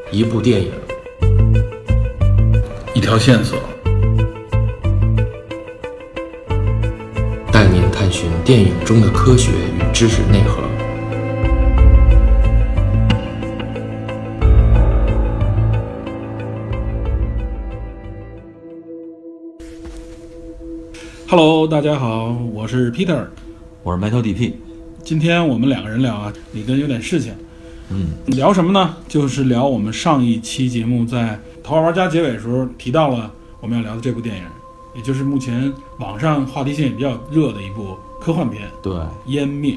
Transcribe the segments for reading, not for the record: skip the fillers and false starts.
一部电影， 一条线索， 带您探寻电影中的科学与知识内核。 Hello， 大家好，我是 Peter， 我是埋头 DP。 今天我们两个人聊啊，里根有点事情。聊什么呢？就是聊我们上一期节目在《头号玩家》结尾的时候提到了我们要聊的这部电影，也就是目前网上话题性也比较热的一部科幻片。 对， 湮灭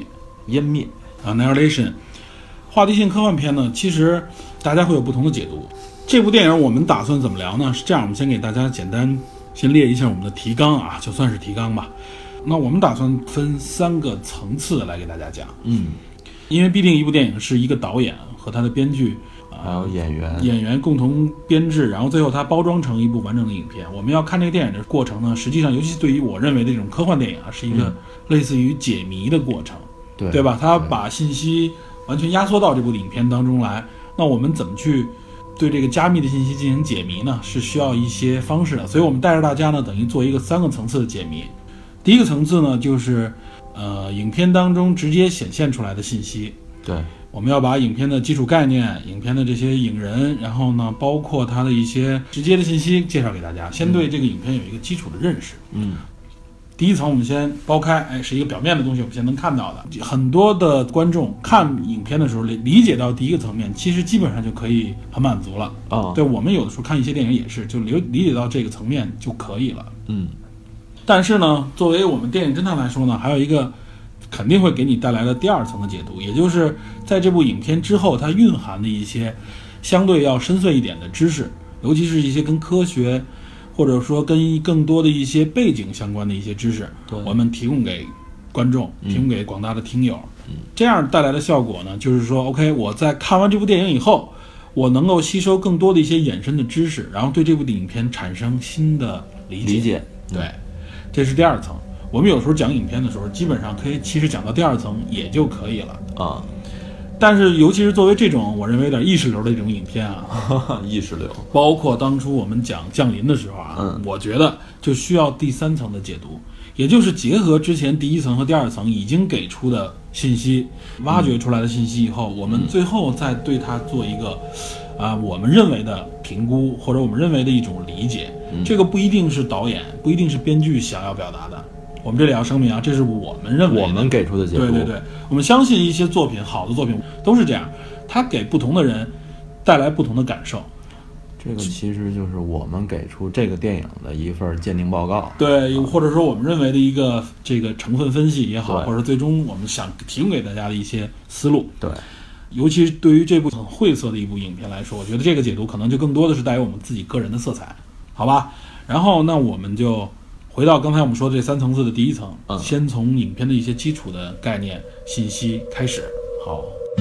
Annihilation。话题性科幻片呢，其实大家会有不同的解读。这部电影我们打算怎么聊呢？是这样，我们先给大家简单先列一下我们的提纲啊，就算是提纲吧。那我们打算分3个层次来给大家讲。因为毕竟一部电影是一个导演和他的编剧还有演员共同编制，然后最后它包装成一部完整的影片。我们要看这个电影的过程呢，实际上尤其对于我认为的这种科幻电影啊，是一个类似于解谜的过程，对吧？它把信息完全压缩到这部影片当中来。那我们怎么去对这个加密的信息进行解谜呢？是需要一些方式的。所以我们带着大家呢，等于做一个3个层次的解谜。第一个层次呢，就是影片当中直接显现出来的信息。 对， 我们要把影片的基础概念、影片的这些影人，然后呢，包括它的一些直接的信息介绍给大家，先对这个影片有一个基础的认识。第一层我们先剥开，是一个表面的东西，我们先能看到的。很多的观众看影片的时候理解到第一个层面，其实基本上就可以很满足了。对，我们有的时候看一些电影也是，就理解到这个层面就可以了。但是呢，作为我们电影侦探来说呢，还有一个肯定会给你带来的第2层的解读，也就是在这部影片之后它蕴含的一些相对要深邃一点的知识，尤其是一些跟科学或者说跟更多的一些背景相关的一些知识，我们提供给观众，提供给广大的听友。这样带来的效果呢，就是说 OK， 我在看完这部电影以后，我能够吸收更多的一些衍生的知识，然后对这部影片产生新的理解。对，这是第2层。我们有时候讲影片的时候，基本上可以其实讲到第2层也就可以了但是尤其是作为这种我认为有点意识流的这种影片啊， 意识流， 包括当初我们讲降临的时候啊，我觉得就需要第3层的解读，也就是结合之前第1层和第2层已经给出的信息，挖掘出来的信息以后，我们最后再对它做一个我们认为的评估，或者我们认为的一种理解。这个不一定是导演，不一定是编剧想要表达的。我们这里要声明啊，这是我们认为的， 我们给出的解读。 对，我们相信一些作品，好的作品都是这样，它给不同的人带来不同的感受。 这个其实就是我们给出这个电影的一份鉴定报告， 对，或者说我们认为的一个这个成分分析也好，或者最终我们想提供给大家的一些思路。对，尤其是对于这部很晦涩的一部影片来说，我觉得这个解读可能就更多的是带有我们自己个人的色彩，好吧？然后那我们就回到刚才我们说的这3层次的第1层，先从影片的一些基础的概念信息开始。好，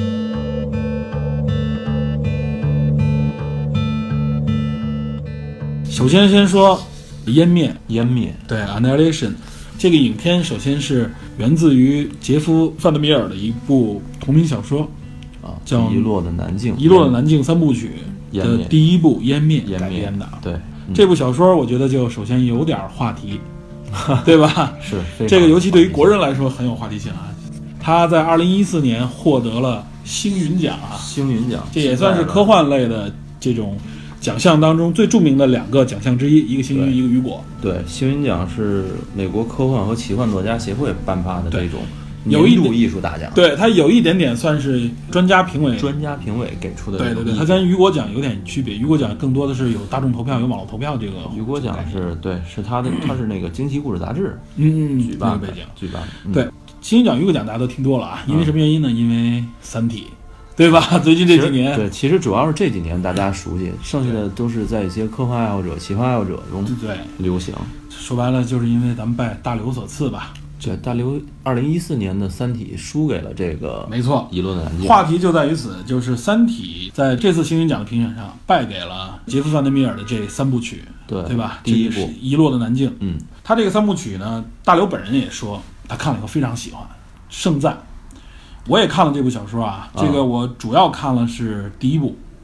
首先说湮灭，对 Annihilation 这个影片首先是源自于杰夫·范德米尔的一部同名小说叫 《遗落的南境》 3部曲的第1部湮灭改编的。 对， 这部小说我觉得就首先有点话题，对吧？ 是， 这个尤其对于国人来说很有话题性啊。他在2014年获得了星云奖这也算是科幻类的这种奖项当中最著名的2个奖项之一，一个星云，一个雨果。 对，星云奖是美国科幻和奇幻作家协会颁发的这种年度艺术大奖。 对，它有一点点算是专家评委给出的。 对，它跟雨果奖有点区别。雨果奖更多的是有大众投票、有网络投票这个。 雨果奖是它是那个惊奇故事杂志举办的。 对，星云奖、雨果奖大家都听多了啊，因为什么原因呢？因为三体。对吧？最近这几年， 对，其实主要是这几年大家熟悉，剩下的都是在一些科幻爱好者、奇幻爱好者中流行。 说白了，就是因为咱们拜大刘所赐吧。 对，大刘2014年的《三体》输给了这个， 没错， 遗落的南境。 话题就在于此，就是《三体》在这次星云奖的评选上败给了杰夫·范德米尔的这3部曲，对吧？ 第1部《 遗落的南境》。他这个3部曲呢，大刘本人也说他看了以后非常喜欢，盛赞。我也看了这部小说啊，这个我主要看了是第1部，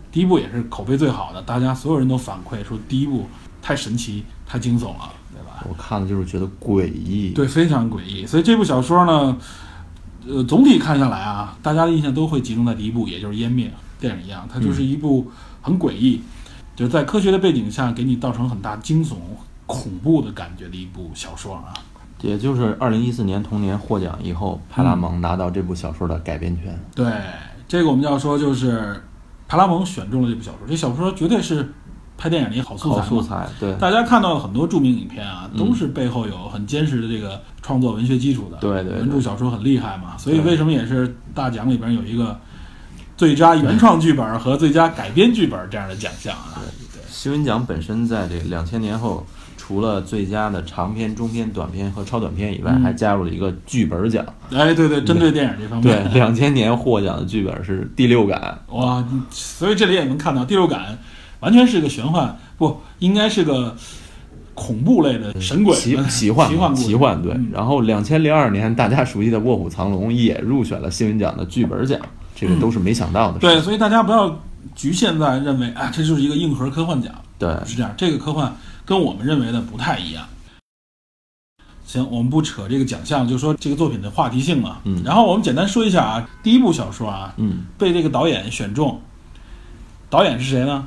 第一部也是口碑最好的，大家所有人都反馈说第一部太神奇、太惊悚了，对吧？ 我看了就是觉得诡异， 对，非常诡异。所以这部小说呢，总体看下来啊，大家的印象都会集中在第一部，也就是湮灭电影一样，它就是一部很诡异，就是在科学的背景下给你造成很大惊悚、恐怖的感觉的一部小说啊。 也就是2014年同年获奖以后，派拉蒙拿到这部小说的改编权。 对，这个我们要说就是派拉蒙选中了这部小说，这小说绝对是拍电影的一个好素材。 对， 大家看到很多著名影片啊，都是背后有很坚实的这个创作文学基础的。 对， 原著小说很厉害嘛，所以为什么也是大奖里边有一个最佳原创剧本和最佳改编剧本这样的奖项啊？对， 新闻奖本身在这个2000年后，除了最佳的长篇、中篇、短篇和超短篇以外，还加入了一个剧本奖。 哎，对，针对电影这方面。 对，2000年获奖的剧本是《第六感》。 哇，所以这里也能看到《第六感》完全是个玄幻，不应该是个恐怖类的神鬼奇幻对。然后2002年大家熟悉的《卧虎藏龙》也入选了新闻奖的剧本奖，这个都是没想到的事。 对，所以大家不要局限在认为这就是一个硬核科幻奖。 对， 是这样，这个科幻跟我们认为的不太一样。行，我们不扯这个奖项，就说这个作品的话题性嘛。然后我们简单说一下啊，第一部小说啊，被这个导演选中，导演是谁呢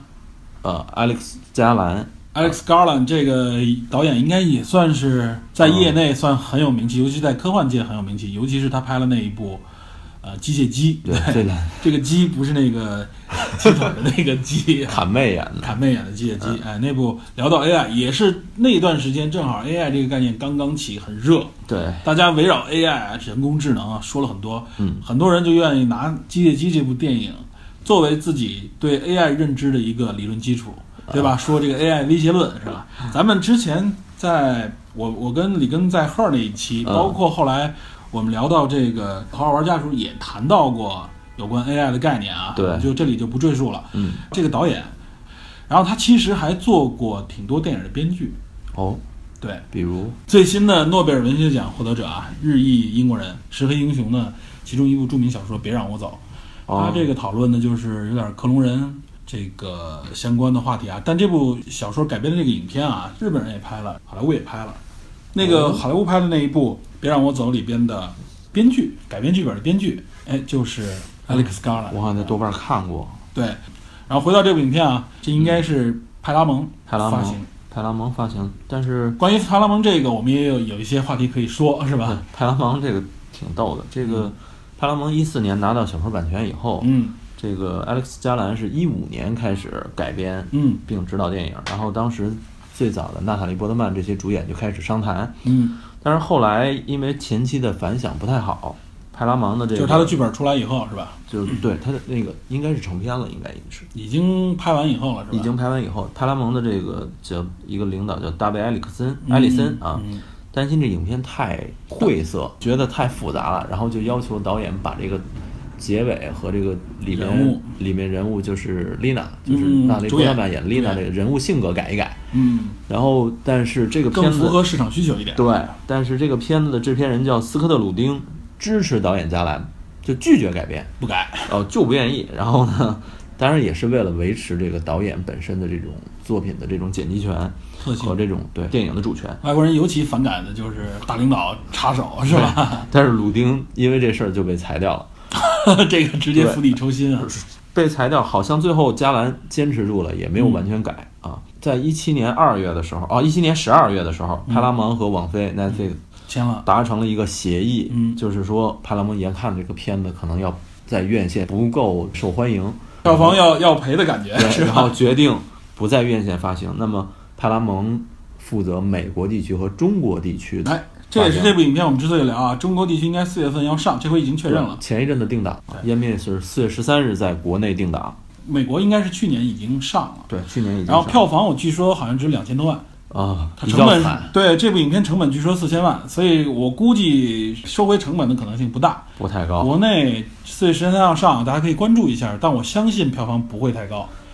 ？Alex 加兰。 Alex Garland 这个导演应该也算是在业内算很有名气，尤其在科幻界很有名气，尤其是他拍了那一部机械姬。 对， 这个姬不是那个鸡腿的那个鸡， 坎妹演的机械姬。那部聊到 AI 也是那段时间正好 AI 这个概念刚刚起，很热。 对， 大家围绕 AI 人工智能说了很多，很多人就愿意拿机械姬这部电影作为自己对 AI 认知的一个理论基础。对吧？说这个 AI 威胁论是吧？咱们之前在我跟李根在赫那一期，包括后来我们聊到这个《头号玩家》的时候，也谈到过有关 AI 的概念啊。 对， 就这里就不赘述了。这个导演，然后他其实还做过挺多电影的编剧。 哦， 对， 比如最新的诺贝尔文学奖获得者啊，日裔英国人石黑英雄的其中一部著名小说《别让我走》，他这个讨论的就是有点克隆人。这个相关的话题啊，但这部小说改编的这个影片啊，日本人也拍了，好莱坞也拍了。那个好莱坞拍的那一部《别让我走》里边的编剧，改编剧本的编剧，就是 Alex Garland。 我好像在豆瓣看过。 对，然后回到这部影片啊，这应该是派拉蒙发行， 但是关于派拉蒙这个，我们也有一些话题可以说，是吧？ 派拉蒙这个挺逗的，这个派拉蒙14年拿到小说版权以后，这个 Alex 加兰是15年开始改编，并执导电影，然后当时最早的娜塔莉波特曼这些主演就开始商谈，但是后来因为前期的反响不太好，派拉蒙的这个就是他的剧本出来以后是吧？ 就对他的那个应该是成片了，应该是已经拍完以后了是吧？ 已经拍完以后，派拉蒙的这个叫一个领导叫大卫埃里森啊，担心这影片太晦涩，觉得太复杂了，然后就要求导演把这个结尾和这个里面人物就是丽娜，就是娜塔莉波特曼演丽娜这个人物性格改一改，然后但是这个片子更符合市场需求一点。 对，但是这个片子的制片人叫斯科特·鲁丁，支持导演加兰，就拒绝改编， 不改， 就不愿意。然后呢，当然也是为了维持这个导演本身的这种作品的这种剪辑权和这种对电影的主权。 外国人尤其反感的就是大领导插手，是吧？ 但是鲁丁因为这事儿就被裁掉了。 这个直接釜底抽薪啊！ 被裁掉，好像最后加兰坚持住了，也没有完全改啊。在17年2月的时候，17年12月的时候，派拉蒙和网飞 Netflix 签了， 达成了一个协议，就是说派拉蒙眼看这个片子可能要在院线不够受欢迎， 票房要赔的感觉，是吧？ 然后决定不在院线发行。那么派拉蒙负责美国地区和中国地区的。 这也是这部影片我们之所以聊啊，中国地区应该4月份要上，这回已经确认了。 前一阵的定档，湮灭是4月13日在国内定档， 美国应该是去年已经上了。 对，去年已经上。 然后票房我据说好像只有2000多万啊， 它成本对这部影片成本据说4000万，所以我估计收回成本的可能性不大， 不太高。 国内4月13号上，大家可以关注一下，但我相信票房不会太高。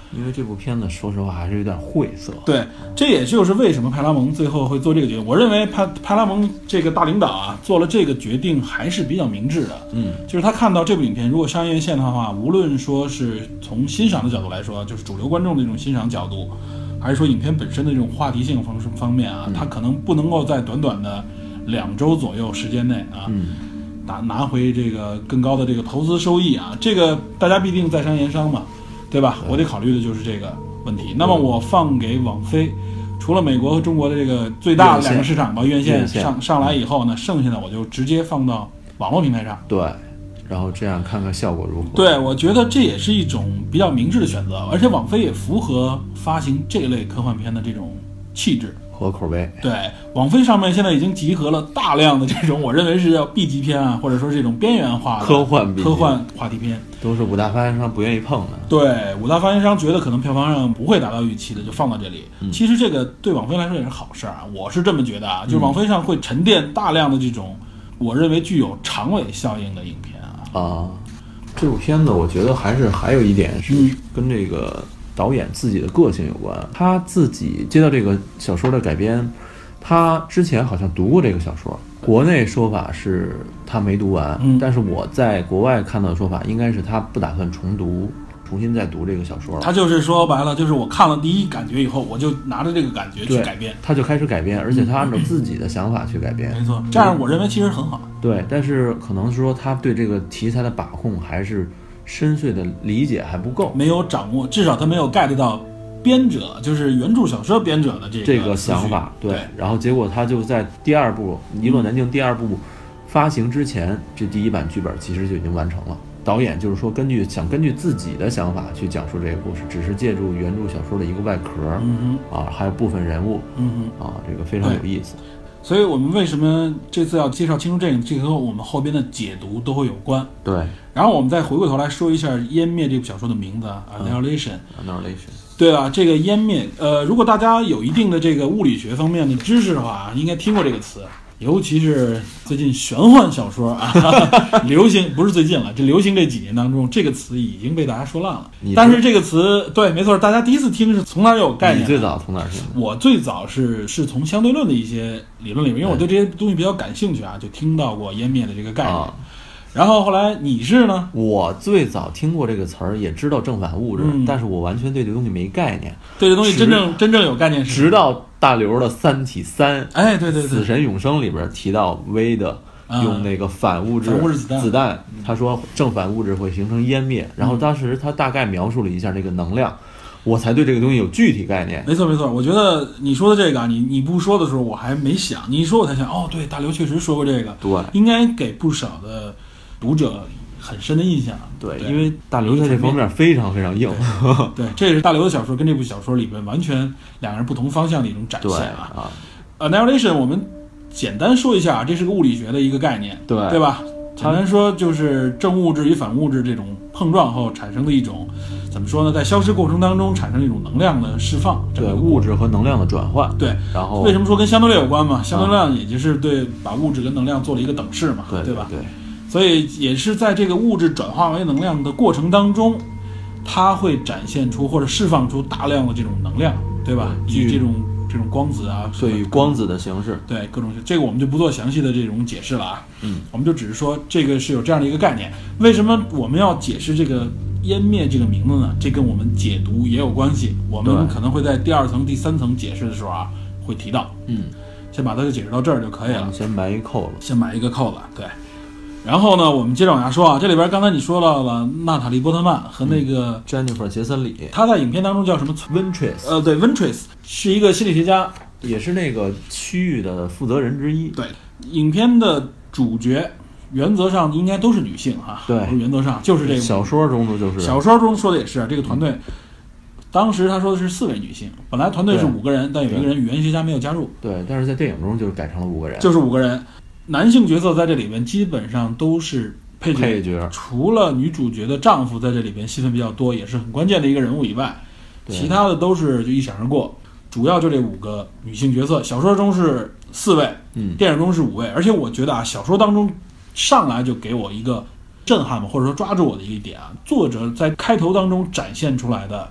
因为这部片子说实话还是有点晦涩。 对，这也就是为什么派拉蒙最后会做这个决定。我认为派拉蒙这个大领导啊，做了这个决定还是比较明智的。就是他看到这部影片如果上院线的话，无论说是从欣赏的角度来说，就是主流观众的这种欣赏角度，还是说影片本身的这种话题性方面啊，他可能不能够在短短的2周左右时间内啊，拿回这个更高的这个投资收益啊，这个大家必定在商言商嘛，对吧？我得考虑的就是这个问题。那么我放给网飞，除了美国和中国的这个最大的2个市场吧，院线上来以后呢，剩下的我就直接放到网络平台上。 对，然后这样看看效果如何。 对，我觉得这也是一种比较明智的选择，而且网飞也符合发行这类科幻片的这种气质和口碑。 对，网飞上面现在已经集合了大量的这种我认为是叫 B 级片啊，或者说这种边缘化的科幻话题片， 都是5大发行商不愿意碰的。 对，5大发行商觉得可能票房上不会达到预期的，就放到这里。其实这个对网飞来说也是好事啊，我是这么觉得啊，就是网飞上会沉淀大量的这种我认为具有长尾效应的影片啊。 这部片子我觉得还有一点是跟这个导演自己的个性有关。他自己接到这个小说的改编，他之前好像读过这个小说，国内说法是他没读完，但是我在国外看到的说法应该是他不打算重新再读这个小说了。 他就是说白了，就是我看了第一感觉以后，我就拿着这个感觉去改编， 他就开始改编，而且他按照自己的想法去改编。 没错，这样我认为其实很好。 对，但是可能是说他对这个题材的把控还是深邃的理解还不够， 没有掌握，至少他没有 get 到编者，就是原著小说编者的这个想法。 对， 然后结果他就在第2部《一落难境》第2部发行之前，这第1版剧本其实就已经完成了。导演就是说根据自己的想法去讲述这个故事，只是借助原著小说的一个外壳，还有部分人物，这个非常有意思。 所以我们为什么这次要介绍《青春阵营》，这和我们后边的解读都会有关。 对， 然后我们再回过头来说一下《湮灭》这部小说的名字，Annihilation。对吧？这个湮灭，如果大家有一定的这个物理学方面的知识的话，应该听过这个词。尤其是最近玄幻小说啊，流行不是最近了，这流行这几年当中，这个词已经被大家说烂了。但是这个词，对，没错，大家第一次听是从哪有概念？ 你最早从哪听？ 我最早是从相对论的一些理论里面，因为我对这些东西比较感兴趣啊，就听到过湮灭的这个概念。然后后来你是呢？ 我最早听过这个词儿，也知道正反物质，但是我完全对这东西没概念。 对这东西真正有概念是直到大刘的《三体3》， 对， 死神永生里边提到威的用那个反物质子弹，他说正反物质会形成湮灭，然后当时他大概描述了一下这个能量。我才对这个东西有具体概念。 没错，我觉得你说的这个，你不说的时候我还没想，你一说我才想，对，大刘确实说过这个， 对， 应该给不少的读者很深的印象。 对，因为大刘在这方面非常非常硬。 对，这是大刘的小说跟这部小说里边完全两个人不同方向的一种展现啊。Annihilation 我们简单说一下，这是个物理学的一个概念，对吧？简单说就是正物质与反物质这种碰撞后产生的一种，怎么说呢，在消失过程当中产生一种能量的释放， 对，物质和能量的转换。 对， 然后为什么说跟相对论有关嘛？相对论也就是对把物质跟能量做了一个等式嘛，对吧？ 对， 所以也是在这个物质转化为能量的过程当中，它会展现出或者释放出大量的这种能量，对吧？以这种光子啊， 对，以光子的形式， 对各种，这个我们就不做详细的这种解释了啊。我们就只是说这个是有这样的一个概念。为什么我们要解释这个湮灭这个名字呢？这跟我们解读也有关系。我们可能会在第2层、第3层解释的时候啊，会提到。先把它就解释到这儿就可以了。 先埋一扣子， 对。然后呢，我们接着往下说啊。这里边刚才你说到了娜塔莉·波特曼和那个 Jennifer 杰森里， 她在影片当中叫什么 ？Ventress。 对 ，Ventress 是一个心理学家， 也是那个区域的负责人之一。 对，影片的主角原则上应该都是女性哈。 对， 原则上就是这个小说中的就是小说中说的也是这个团队。当时他说的是4位女性，本来团队是5个人，但有一个人语言学家没有加入。 对，但是在电影中就改成了5个人， 就是5个人。男性角色在这里面基本上都是配角，除了女主角的丈夫在这里边戏份比较多，也是很关键的一个人物以外，其他的都是就一闪而过。主要就这5个女性角色，小说中是4位，电影中是5位。而且我觉得啊，小说当中上来就给我一个震撼或者说抓住我的一点啊，作者在开头当中展现出来的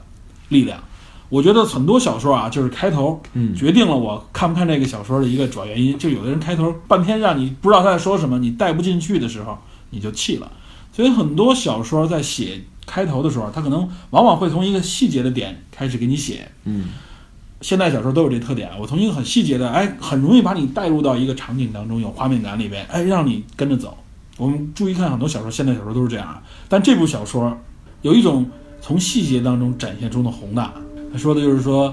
力量。我觉得很多小说啊，就是开头决定了我看不看这个小说的一个主要原因。就有的人开头半天让你不知道他在说什么，你带不进去的时候，你就弃了。所以很多小说在写开头的时候，他可能往往会从一个细节的点开始给你写。现代小说都有这特点，我从一个很细节的，很容易把你带入到一个场景当中，有画面感里边，让你跟着走。我们注意看很多小说，现代小说都是这样，但这部小说有一种从细节当中展现出的宏大。他说的就是说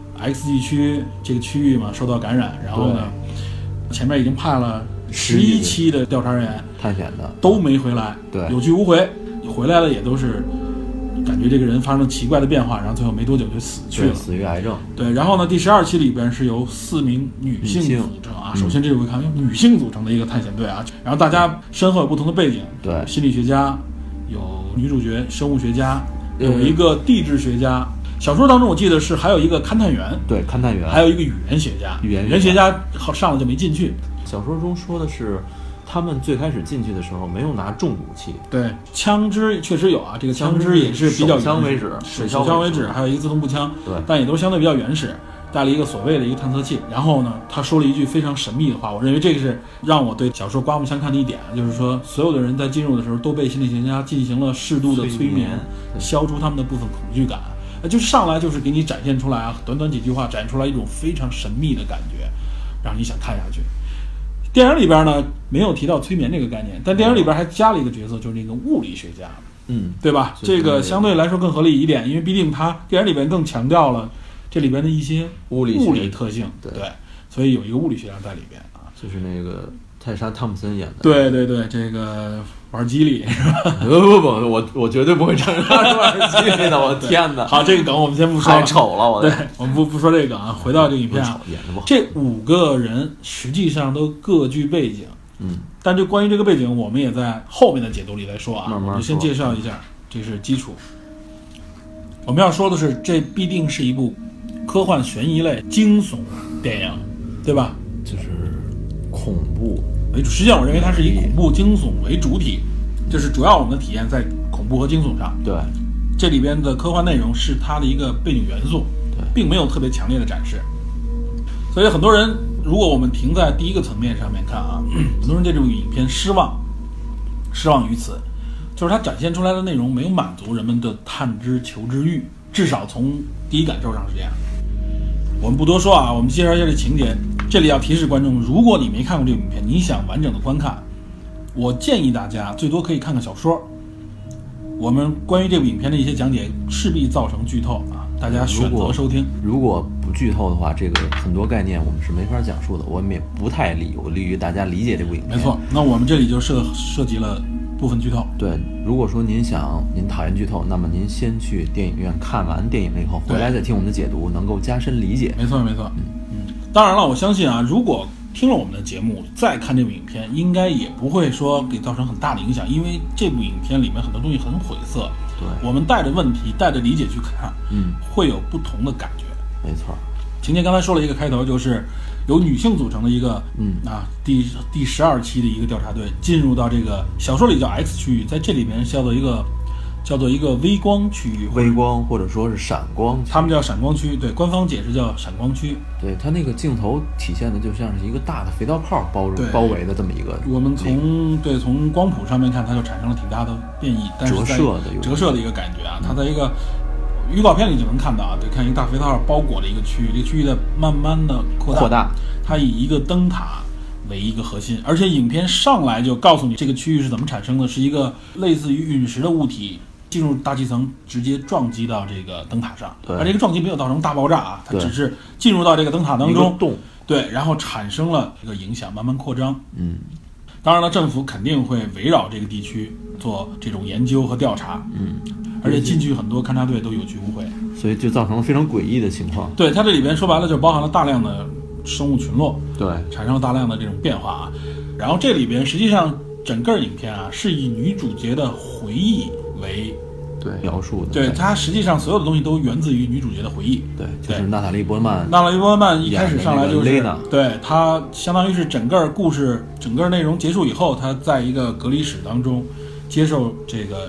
X 地区这个区域嘛受到感染，然后呢前面已经派了11期的调查人员探险的都没回来， 对， 有去无回，回来了也都是感觉这个人发生了奇怪的变化，然后最后没多久就死去了， 死于癌症。 对，然后呢第12期里边是由4名女性组成啊，首先这是我看用女性组成的一个探险队啊，然后大家身后有不同的背景， 对， 心理学家，有女主角生物学家，有一个地质学家。小说当中我记得是还有一个勘探员， 对，勘探员， 还有一个语言学家，语言学家上来就没进去。 小说中说的是他们最开始进去的时候没有拿重武器， 对，枪支确实有啊，这个枪支也是比较手枪为止， 手枪为止，还有一个自动步枪， 对， 但也都相对比较原始，带了一个所谓的一个探测器。然后呢他说了一句非常神秘的话，我认为这个是让我对小说刮目相看的一点，就是说所有的人在进入的时候都被心理学家进行了适度的催眠，消除他们的部分恐惧感，就是上来就是给你展现出来啊，短短几句话展现出来一种非常神秘的感觉，让你想看下去。电影里边呢没有提到催眠这个概念，但电影里边还加了一个角色，就是那个物理学家，对吧？这个相对来说更合理一点，因为毕竟他电影里边更强调了这里边的一些物理特性，对，所以有一个物理学家在里边啊， 就是那个泰莎·汤姆森演的。 对，这个玩机理是吧？ 不，我绝对不会承认他是玩机理的，我天哪！ 好，这个梗我们先不说， 太丑了， 对，我们不说这个梗啊。回到这个影片啊，这5个人实际上都各具背景，但这关于这个背景，我们也在后面的解读里来说啊。 慢慢说， 我就先介绍一下，这是基础。我们要说的是，这必定是一部科幻悬疑类惊悚电影，对吧？ 就是恐怖为主，实际上我认为它是以恐怖惊悚为主体，就是主要我们的体验在恐怖和惊悚上。 对， 这里边的科幻内容是它的一个背景元素，并没有特别强烈的展示。所以很多人，如果我们停在第一个层面上面看啊，很多人对这部影片失望于此，就是它展现出来的内容没有满足人们的探知求知欲，至少从第一感受上是这样。我们不多说啊，我们介绍一下这情节。这里要提示观众，如果你没看过这部影片，你想完整的观看，我建议大家最多可以看看小说。我们关于这部影片的一些讲解势必造成剧透啊，大家选择收听。 如果不剧透的话，这个很多概念我们是没法讲述的，我们也不太有利于大家理解这部影片。 没错，那我们这里就涉及了部分剧透。 对，如果说您讨厌剧透，那么您先去电影院看完电影了以后，回来再听我们的解读，能够加深理解。 没错。当然了，我相信啊，如果听了我们的节目再看这部影片，应该也不会说给造成很大的影响，因为这部影片里面很多东西很晦涩， 对， 我们带着问题带着理解去看，会有不同的感觉。 没错。 情节刚才说了一个开头，就是由女性组成的一个第12期的一个调查队进入到这个小说里叫 X 区域，在这里面叫做一个微光区域， 微光或者说是闪光区， 他们叫闪光区，对，官方解释叫闪光区。 对，它那个镜头体现的就像是一个大的肥皂泡包围的这么一个。 我们从光谱上面看，它就产生了挺大的变异，但是折射的一个感觉啊，它在一个预告片里就能看到啊，对，看一个大肥皂包裹的一个区域，这个区域在慢慢的扩大，它以一个灯塔为一个核心，而且影片上来就告诉你这个区域是怎么产生的，是一个类似于陨石的物体进入大气层，直接撞击到这个灯塔上，而这个撞击没有造成大爆炸啊，它只是进入到这个灯塔当中，对，然后产生了这个影响，慢慢扩张。当然了，政府肯定会围绕这个地区做这种研究和调查，而且进去很多勘察队都有去无回， 所以就造成了非常诡异的情况。 对，它这里边说白了就包含了大量的生物群落， 对， 产生了大量的这种变化啊。然后这里边实际上整个影片啊是以女主角的回忆为描述的， 对，它实际上所有的东西都源自于女主角的回忆。 对，就是娜塔莉波曼一开始上来就是，对，她相当于是整个故事整个内容结束以后，她在一个隔离室当中接受这个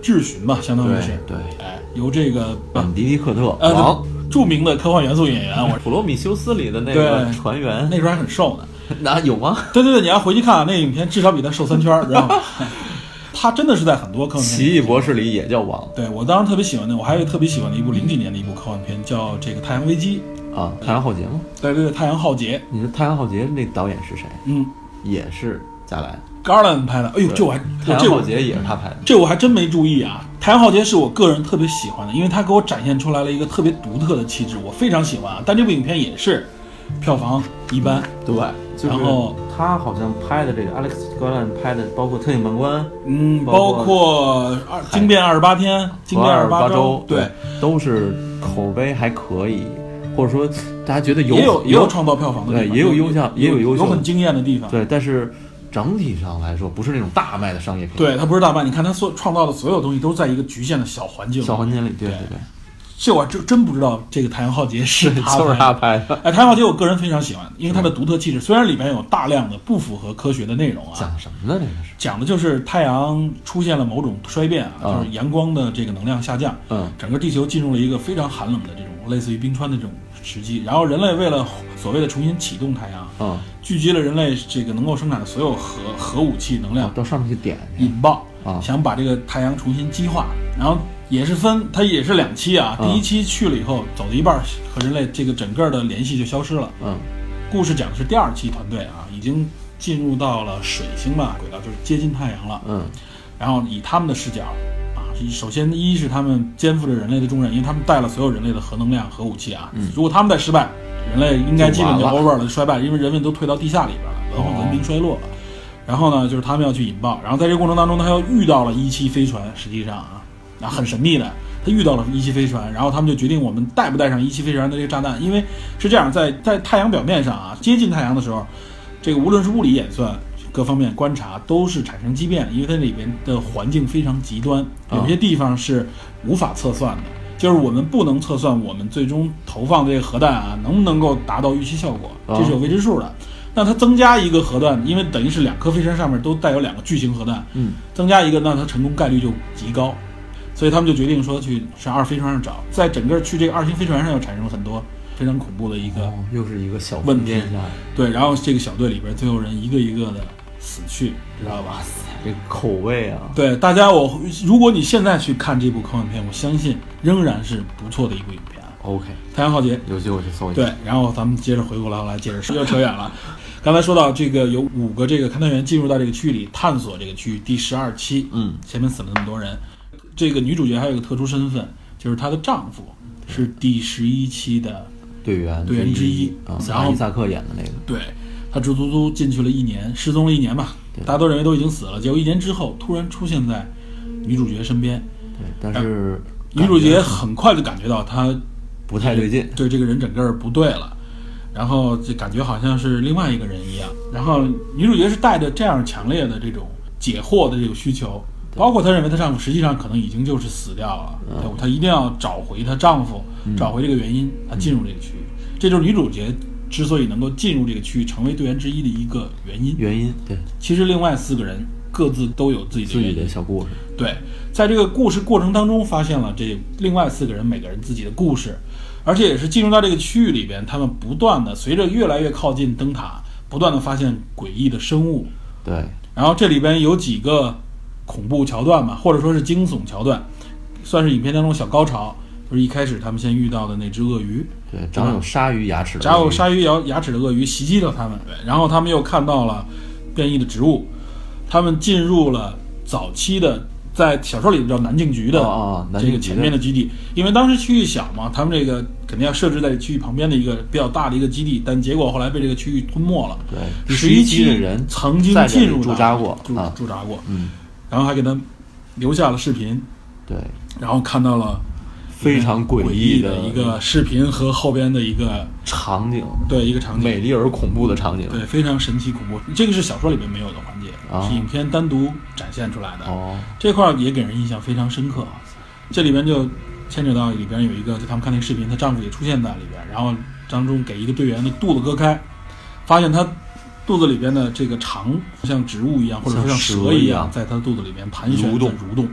质询吧，相当于是对， 由这个本迪迪克特王著名的科幻元素演员， 普罗米修斯里的那个船员， 那时候还很瘦呢。 那有吗？ 对，你要回去看那个影片，至少比他瘦3圈，知道吗？他真的是在很多科幻片， 奇异博士里也叫王。 对，我当时特别喜欢的，我还有一个特别喜欢的一部00几年的一部科幻片，叫这个《太阳危机》 啊，《太阳浩劫》吗？ 对，太阳浩劫。 你说《太阳浩劫》那导演是谁？也是加莱 Garland 拍的。哎呦，这我还太阳浩劫也是他拍的， 这我还真没注意啊。太阳浩劫是我个人特别喜欢的，因为他给我展现出来了一个特别独特的气质，我非常喜欢啊。但这部影片也是票房一般， 对。 然后他好像拍的这个 Alex Garland 拍的，包括《特警判官》， 包括惊变28天、惊变28周，对， 都是口碑还可以，或者说大家觉得也有创造票房的地方， 对，也有优秀， 有很惊艳的地方， 对，但是整体上来说不是那种大卖的商业片， 对，它不是大卖，你看它创造的所有东西都在一个局限的小环境里， 对。 这我真不知道这个太阳浩劫是他拍的。 太阳浩劫我个人非常喜欢，因为它的独特气质，虽然里面有大量的不符合科学的内容啊。 讲什么呢？这个是讲的就是太阳出现了某种衰变啊，就是阳光的这个能量下降，整个地球进入了一个非常寒冷的这种类似于冰川的这种时期，然后人类为了所谓的重新启动太阳，聚集了人类这个能够生产的所有核武器能量， 到上面去点引爆，想把这个太阳重新激化，然后它也是2期啊。第一期去了以后，走到一半和人类这个整个的联系就消失了。故事讲的是第2期团队啊，已经进入到了水星吧轨道，就是接近太阳了。然后以他们的视角啊，首先一是他们肩负着人类的重任，因为他们带了所有人类的核能量、核武器啊。如果他们再失败，人类应该基本就 over 了，衰败，因为人们都退到地下里边了，文明衰落了。然后呢，就是他们要去引爆，然后在这个过程当中，他又遇到了1期飞船，实际上啊，很神秘的，他遇到了1期飞船，然后他们就决定我们带不带上1期飞船的这个炸弹，因为是这样，在太阳表面上啊，接近太阳的时候，这个无论是物理演算各方面观察都是产生畸变，因为它里边的环境非常极端，有些地方是无法测算的，就是我们不能测算我们最终投放的这个核弹啊能不能够达到预期效果，这是有未知数的。那它增加一个核弹，因为等于是2颗飞船上面都带有2个巨型核弹，增加一个，那它成功概率就极高，所以他们就决定说去上2飞船上找，在整个去这个2型飞船上又产生了很多非常恐怖的一个， 又是一个小问题。对，然后这个小队里边最后人一个一个的死去，知道吧？ 这口味啊！ 对大家，如果你现在去看这部科幻片，我相信仍然是不错的一部影片。 OK， 太阳浩劫， 有机会去搜一下。 对，然后咱们接着回过来接着说，又扯远了。刚才说到这个有5个这个勘探员进入到这个区域里探索这个区域，第12期，前面死了那么多人，这个女主角还有一个特殊身份，就是她的丈夫是第11期的队员之一，然后伊萨克演的那个， 对，他足足进去了1年，失踪了1年吧，大家都认为都已经死了，结果1年之后突然出现在女主角身边， 对，但是女主角很快就感觉到她不太对劲， 对这个人整个不对了。然后就感觉好像是另外一个人一样，然后女主角是带着这样强烈的这种解惑的这种需求，包括她认为她丈夫实际上可能已经就是死掉了，她一定要找回她丈夫，找回这个原因，她进入这个区域，这就是女主角之所以能够进入这个区域成为队员之一的一个原因。对，其实另外4个人各自都有自己的小故事。 对，在这个故事过程当中发现了这另外4个人每个人自己的故事。而且也是进入到这个区域里边，他们不断的随着越来越靠近灯塔，不断的发现诡异的生物。 对， 然后这里边有几个恐怖桥段吧，或者说是惊悚桥段，算是影片当中小高潮。就是一开始他们先遇到的那只鳄鱼， 对，长有鲨鱼牙齿的鳄鱼袭击了他们，对，然后他们又看到了变异的植物，他们进入了早期的。在小说里叫南境局的这个前面的基地，因为当时区域小嘛，他们这个肯定要设置在区域旁边的一个比较大的一个基地，但结果后来被这个区域吞没了。 对 ，11期的人曾经进入驻扎过， 然后还给他留下了视频， 对， 然后看到了非常诡异的一个视频和后边的一个场景， 对，一个场景， 美丽而恐怖的场景， 对，非常神奇恐怖。这个是小说里面没有的环节，是影片单独展现出来的。这块也给人印象非常深刻。这里边就牵扯到里边有一个，就他们看那个视频，她丈夫也出现在里边，然后当中给一个队员的肚子割开，发现他肚子里边的这个肠像植物一样，或者说像蛇一样，在他肚子里边盘旋蠕动。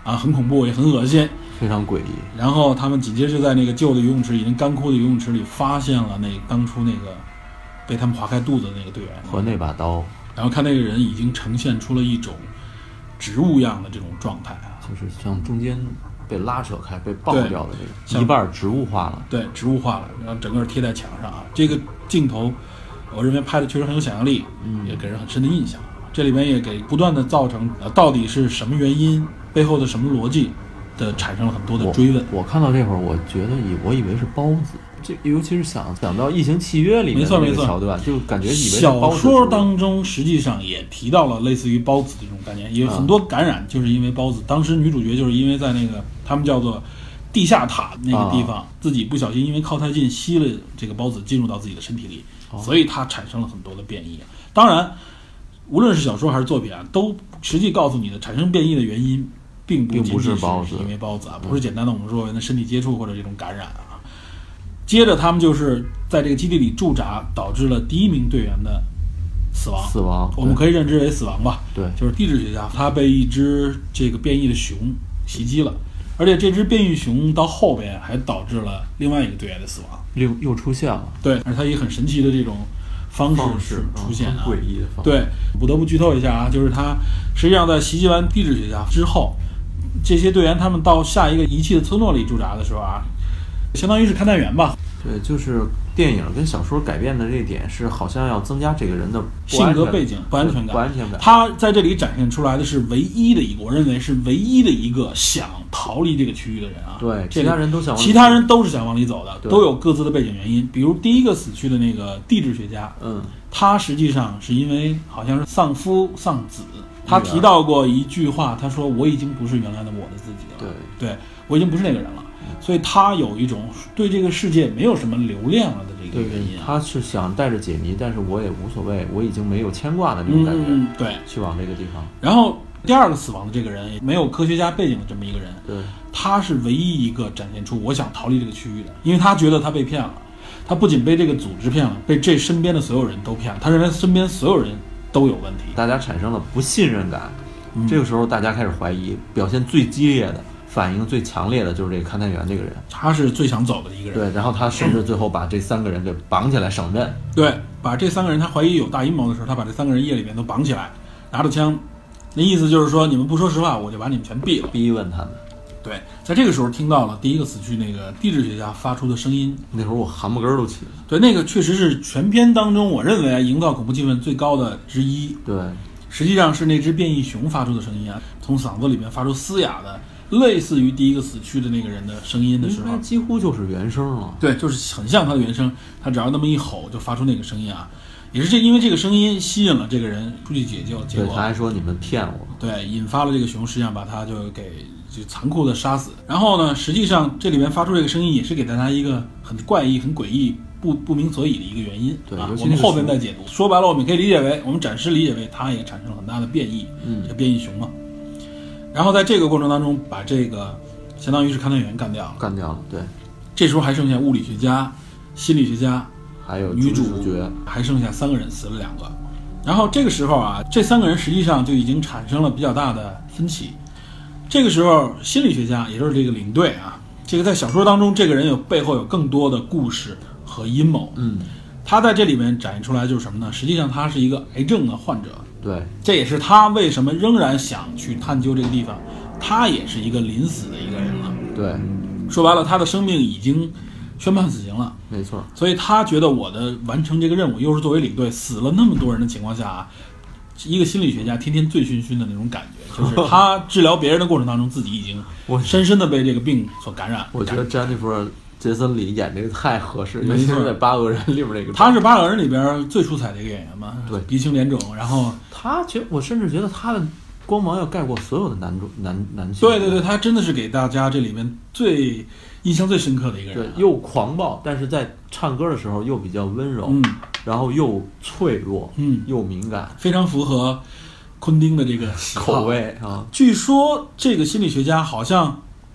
啊，很恐怖也很恶心， 非常诡异。 然后他们紧接着在那个旧的游泳池，已经干枯的游泳池里发现了当初那个被他们划开肚子的那个队员和那把刀， 然后看那个人已经呈现出了一种植物样的这种状态啊， 就是像中间被拉扯开、被爆掉的这个， 对一半植物化了。 对，植物化了，然后整个贴在墙上啊。这个镜头，我认为拍的确实很有想象力，也给人很深的印象。这里边也给不断的造成到底是什么原因，背后的什么逻辑的产生了很多的追问。 我看到这会儿，我觉得我以为是包子，这尤其是想到《异形契约》里面的那个桥段，就感觉以为是包子。 小说当中实际上也提到了类似于孢子的这种概念，也有很多感染就是因为孢子。当时女主角就是因为在那个他们叫做地下塔那个地方，自己不小心因为靠太近吸了这个孢子进入到自己的身体里，所以它产生了很多的变异。当然，无论是小说还是作品啊，都实际告诉你的产生变异的原因，并不仅仅是因为孢子啊，不是简单的我们说的身体接触或者这种感染啊。接着他们就是在这个基地里驻扎，导致了第一名队员的死亡，我们可以认知为死亡吧。 对， 就是地质学家他被一只这个变异的熊袭击了，而且这只变异熊到后边还导致了另外一个队员的死亡， 又出现了。 对，而他以很神奇的这种方式出现啊， 很诡异的方式。 对，不得不剧透一下啊，就是他实际上在袭击完地质学家之后，这些队员他们到下一个遗弃的村落里驻扎的时候啊，相当于是勘探员吧。 对，就是电影跟小说改变的这一点是，好像要增加这个人的性格背景、不安全感。 他在这里展现出来的是唯一的一个，我认为是唯一的一个想逃离这个区域的人啊。 对，其他人都想， 其他人都是想往里走的，都有各自的背景原因。比如第一个死去的那个地质学家，他实际上是因为好像是丧夫丧子。他提到过一句话，他说：“我已经不是原来的我的自己了。”对，我已经不是那个人了。所以他有一种对这个世界没有什么留恋了的这个原因。 他是想带着解谜，但是我也无所谓，我已经没有牵挂的那种感觉。 对， 去往这个地方。 然后第二个死亡的这个人，没有科学家背景的这么一个人， 对， 他是唯一一个展现出我想逃离这个区域的，因为他觉得他被骗了。他不仅被这个组织骗了，被这身边的所有人都骗了。他认为身边所有人都有问题， 大家产生了不信任感。这个时候，大家开始怀疑，表现最激烈的。反应最强烈的就是这个勘探员这个人， 他是最想走的一个人。 对，然后他甚至最后把这3个人给绑起来审问。 对，把这3个人，他怀疑有大阴谋的时候，他把这3个人夜里面都绑起来，拿着枪，那意思就是说，你们不说实话，我就把你们全毙了。 逼问他们。 对，在这个时候听到了第一个死去那个地质学家发出的声音， 那会儿我汗毛根都起了。 对，那个确实是全片当中我认为营造恐怖气氛最高的之一。 对， 实际上是那只变异熊发出的声音啊，从嗓子里面发出嘶哑的。类似于第一个死去的那个人的声音的时候， 几乎就是原声了。 对，就是很像他的原声，他只要那么一吼就发出那个声音啊，也是因为这个声音吸引了这个人出去解救，结果他还说你们骗我， 对，引发了这个熊实际上把他就残酷的杀死。然后呢，实际上这里面发出这个声音也是给大家一个很怪异、很诡异、不明所以的一个原因。 对啊，我们后边再解读。说白了，我们可以理解为，我们暂时理解为它也产生了很大的变异，这变异熊嘛。然后在这个过程当中，把这个相当于是勘探员干掉了。 对， 这时候还剩下物理学家、心理学家， 还有女主角， 还剩下3个人，死了2个。然后这个时候啊，这3个人实际上就已经产生了比较大的分歧。这个时候，心理学家也就是这个领队啊，这个在小说当中，这个人背后有更多的故事和阴谋。他在这里面展现出来就是什么呢？实际上他是一个癌症的患者。 对， 这也是他为什么仍然想去探究这个地方。他也是一个临死的一个人了。 对， 说白了，他的生命已经宣判死刑了。 没错。 所以他觉得我的完成这个任务，又是作为领队，死了那么多人的情况下啊，一个心理学家天天醉醺醺的那种感觉，就是他治疗别人的过程当中，自己已经深深的被这个病所感染。 我觉得詹妮弗·杰森里演这个太合适，尤其是在《8恶人》里边那个。 他是《8恶人》里边最出彩的一个演员嘛， 对， 鼻青脸肿，然后我甚至觉得他的光芒要盖过所有的男性。 对，他真的是给大家这里面最印象最深刻的一个人。 对，又狂暴，但是在唱歌的时候又比较温柔，然后又脆弱，又敏感， 非常符合昆汀的这个口味啊。 据说这个心理学家好像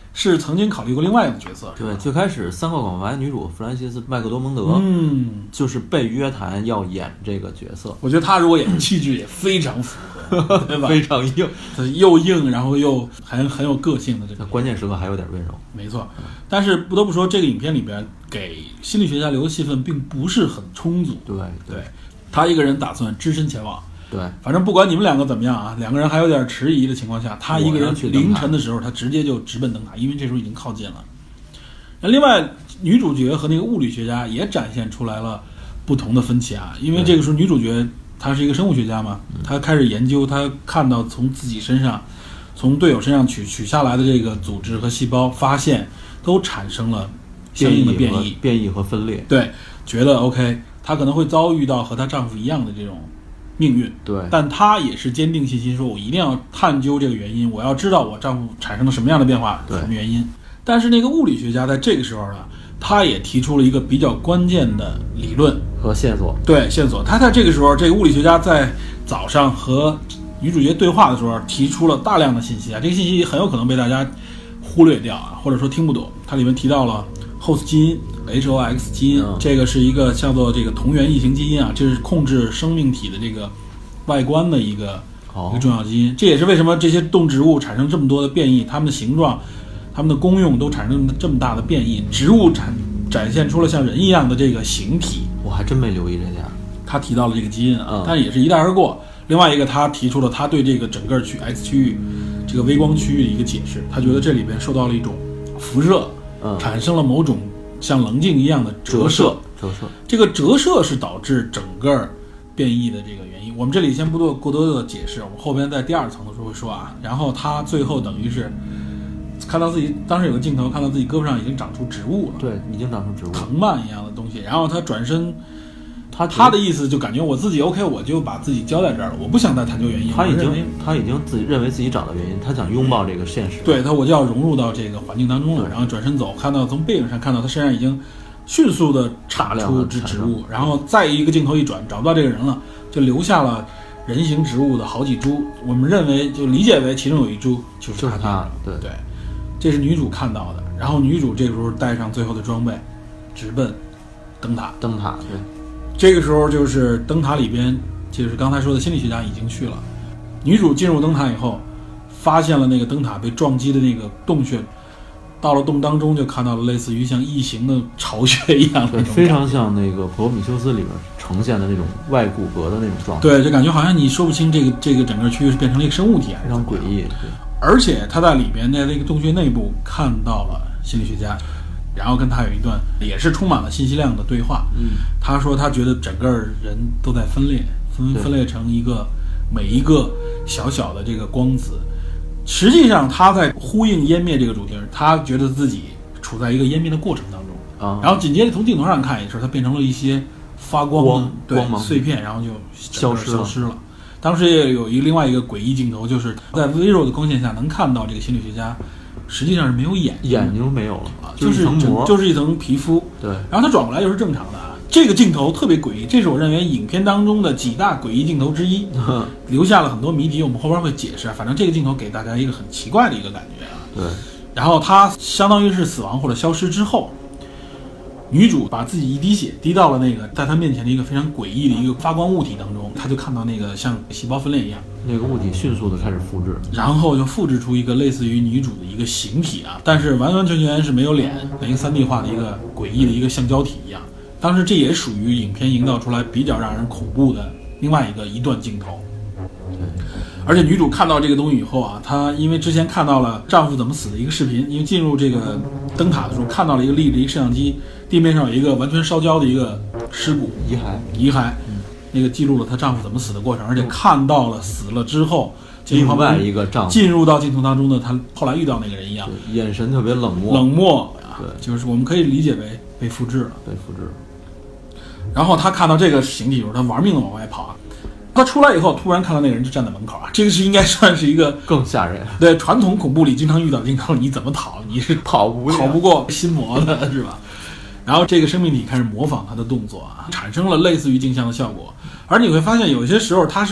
是曾经考虑过另外一个角色。 对，最开始三号广白女主弗兰西斯麦克多蒙德，就是被约谈要演这个角色。 我觉得她如果演气质也非常符合，对吧？ 非常硬， 又硬，然后又很有个性的这个。 关键时刻还有点温柔。 没错，但是不得不说，这个影片里边给心理学家留的戏份并不是很充足。 对， 他一个人打算只身前往。 对， 反正不管你们两个怎么样啊，两个人还有点迟疑的情况下，他一个人凌晨的时候，他直接就直奔灯塔，因为这时候已经靠近了。那另外，女主角和那个物理学家也展现出来了不同的分歧啊，因为这个时候女主角她是一个生物学家嘛，她开始研究，她看到从自己身上、从队友身上取下来的这个组织和细胞，发现都产生了相应的变异和分裂。 对，觉得 OK， 她可能会遭遇到和她丈夫一样的这种命运。 对， 但她也是坚定信心，说我一定要探究这个原因，我要知道我丈夫产生了什么样的变化，什么原因。但是那个物理学家在这个时候呢，他也提出了一个比较关键的理论和线索。 对，线索。他在这个时候，这个物理学家在早上和女主角对话的时候提出了大量的信息啊，这个信息很有可能被大家忽略掉啊，或者说听不懂。它里面提到了 host 基因 HOX 基因，这个是一个叫做这个同源异形基因啊，这是控制生命体的这个外观的一个重要基因。这也是为什么这些动植物产生这么多的变异，它们的形状、它们的功用都产生这么大的变异。植物展现出了像人一样的这个形体， 我还真没留意这点。 他提到了这个基因啊，但也是一带而过。另外一个，他提出了他对这个整个X 区域这个微光区域的一个解释，他觉得这里边受到了一种辐射，产生了某种像棱镜一样的折射。这个折射是导致整个变异的这个原因。我们这里先不做过多的解释，我们后边在第二层的时候会说啊。然后他最后等于是看到自己，当时有个镜头看到自己胳膊上已经长出植物了， 对，已经长出植物， 藤蔓一样的东西。然后他转身，他的意思就感觉我自己 OK， 我就把自己交在这儿了，我不想再探究原因。 他已经自己认为自己找到原因，他想拥抱这个现实。 对他，我就要融入到这个环境当中了。然后转身走，看到从背影上看到他身上已经迅速的产出植物，然后再一个镜头一转，找不到这个人了，就留下了人形植物的好几株。我们认为就理解为其中有一株就是他。对，这是女主看到的。然后女主这个时候带上最后的装备，直奔灯塔。 对。 这个时候就是灯塔里边，就是刚才说的心理学家已经去了。女主进入灯塔以后，发现了那个灯塔被撞击的那个洞穴，到了洞当中就看到了类似于像异形的巢穴一样的那种， 非常像那个普罗米修斯里面呈现的那种外骨骼的那种状态。 对，就感觉好像你说不清这个整个区域是变成了一个生物体， 非常诡异。对， 而且他在里边的那个洞穴内部看到了心理学家。然后跟他有一段也是充满了信息量的对话。他说他觉得整个人都在分裂成每一个小小的这个光子。实际上他在呼应湮灭这个主题，他觉得自己处在一个湮灭的过程当中。然后紧接着从镜头上看也是，他变成了一些发光的光芒碎片，然后就消失了。当时也有另外一个诡异镜头，就是在微弱的光线下能看到这个心理学家实际上是没有眼睛没有了， 就是一层皮肤。 对， 然后他转过来又是正常的啊。这个镜头特别诡异，这是我认为影片当中的几大诡异镜头之一，留下了很多谜题，我们后边会解释。反正这个镜头给大家一个很奇怪的一个感觉啊。 对， 然后他相当于是死亡或者消失之后，女主把自己一滴血滴到了那个在她面前的一个非常诡异的一个发光物体当中，她就看到那个像细胞分裂一样， 那个物体迅速的开始复制， 然后就复制出一个类似于女主的一个形体啊，但是完完全全是没有脸，一个3D 化的一个诡异的一个橡胶体一样。当时这也属于影片营造出来比较让人恐怖的另外一段镜头。而且女主看到这个东西以后啊，她因为之前看到了丈夫怎么死的一个视频，因为进入这个灯塔的时候看到了一个立着一个摄像机，地面上有一个完全烧焦的一个尸骨遗骸，那个记录了她丈夫怎么死的过程，而且看到了死了之后另外一个丈夫进入到镜头当中的她后来遇到那个人一样， 眼神特别冷漠对，就是我们可以理解为被复制了。然后她看到这个形体的时候，她玩命的往外跑啊。他出来以后，突然看到那个人就站在门口啊，这个是应该算是一个更吓人。 对，传统恐怖里经常遇到的镜头，你怎么逃？你是跑不过心魔的，是吧？然后这个生命体开始模仿他的动作啊，产生了类似于镜像的效果。而你会发现，有些时候他是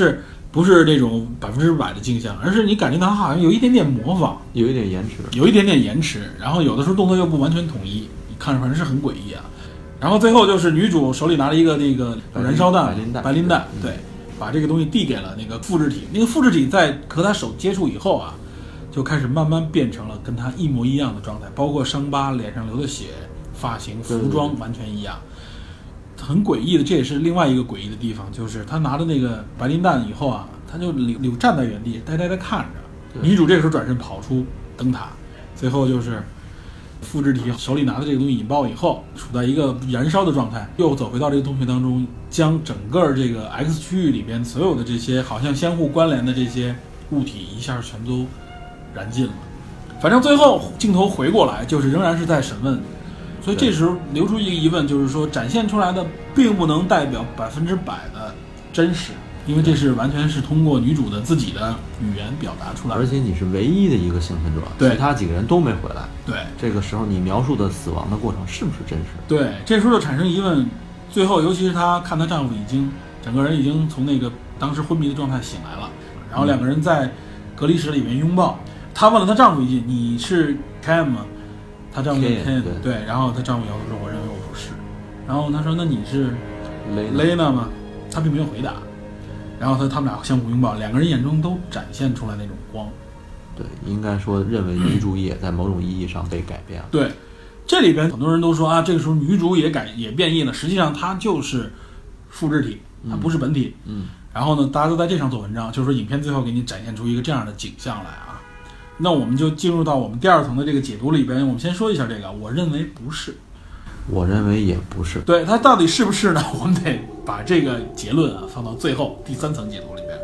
不是这种100%的镜像，而是你感觉到它好像有一点点模仿， 有一点延迟， 然后有的时候动作又不完全统一，你看着反正是很诡异啊。然后最后就是女主手里拿了一个那个燃烧弹，白磷弹，对，把这个东西递给了那个复制体。那个复制体在和他手接触以后啊，就开始慢慢变成了跟他一模一样的状态，包括伤疤、脸上流的血、发型、服装完全一样。很诡异的，这也是另外一个诡异的地方，就是他拿着那个白磷弹以后啊，他就站在原地，呆呆地看着。女主这个时候转身跑出灯塔，最后就是复制体手里拿的这个东西引爆以后，处在一个燃烧的状态，又走回到这个洞穴当中，将整个这个 X 区域里边所有的这些好像相互关联的这些物体一下全都燃尽了。反正最后镜头回过来，就是仍然是在审问。所以这时候留出一个疑问，就是说展现出来的并不能代表100%的真实，因为这是完全是通过女主的自己的语言表达出来的。 而且你是唯一的一个幸存者， 对， 其他几个人都没回来。 对， 这个时候你描述的死亡的过程是不是真实？ 对，这时候就产生疑问。最后，尤其是她看她丈夫整个人已经从那个当时昏迷的状态醒来了，然后两个人在隔离室里面拥抱。她问了她丈夫一句：“你是 Ken 吗？”她丈夫是 Ken， 对，然后她丈夫摇头说：“我认为我不是。”然后她说：“那你是 Lena 吗？”她并没有回答。然后他们俩相互拥抱，两个人眼中都展现出来那种光。 对，应该说认为女主也在某种意义上被改变了。 对，这里边很多人都说啊，这个时候女主也变异了，实际上她就是复制体，她不是本体。然后呢，大家都在这上做文章，就是说影片最后给你展现出一个这样的景象来啊。那我们就进入到我们第二层的这个解读里边，我们先说一下这个，我认为不是。 我认为也不是。 对，它到底是不是呢？我们得把这个结论啊放到最后第3层解读里边。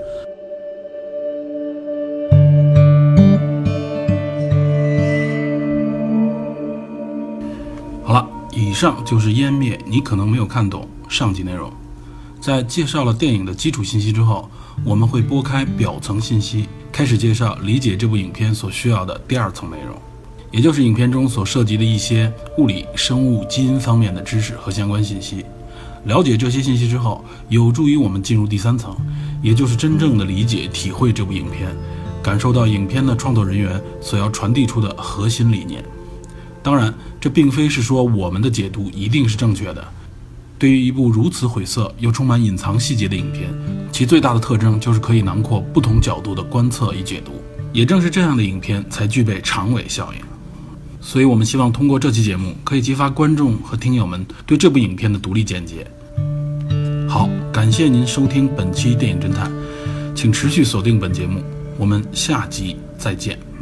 好了，以上就是湮灭你可能没有看懂上集内容。在介绍了电影的基础信息之后，我们会拨开表层信息，开始介绍理解这部影片所需要的第2层内容，也就是影片中所涉及的一些物理、生物、基因方面的知识和相关信息。了解这些信息之后，有助于我们进入第3层，也就是真正的理解、体会这部影片，感受到影片的创作人员所要传递出的核心理念。当然，这并非是说我们的解读一定是正确的。对于一部如此晦涩又充满隐藏细节的影片，其最大的特征就是可以囊括不同角度的观测与解读。也正是这样的影片才具备长尾效应。所以我们希望通过这期节目可以激发观众和听友们对这部影片的独立见解。好，感谢您收听本期电影侦探，请持续锁定本节目，我们下集再见。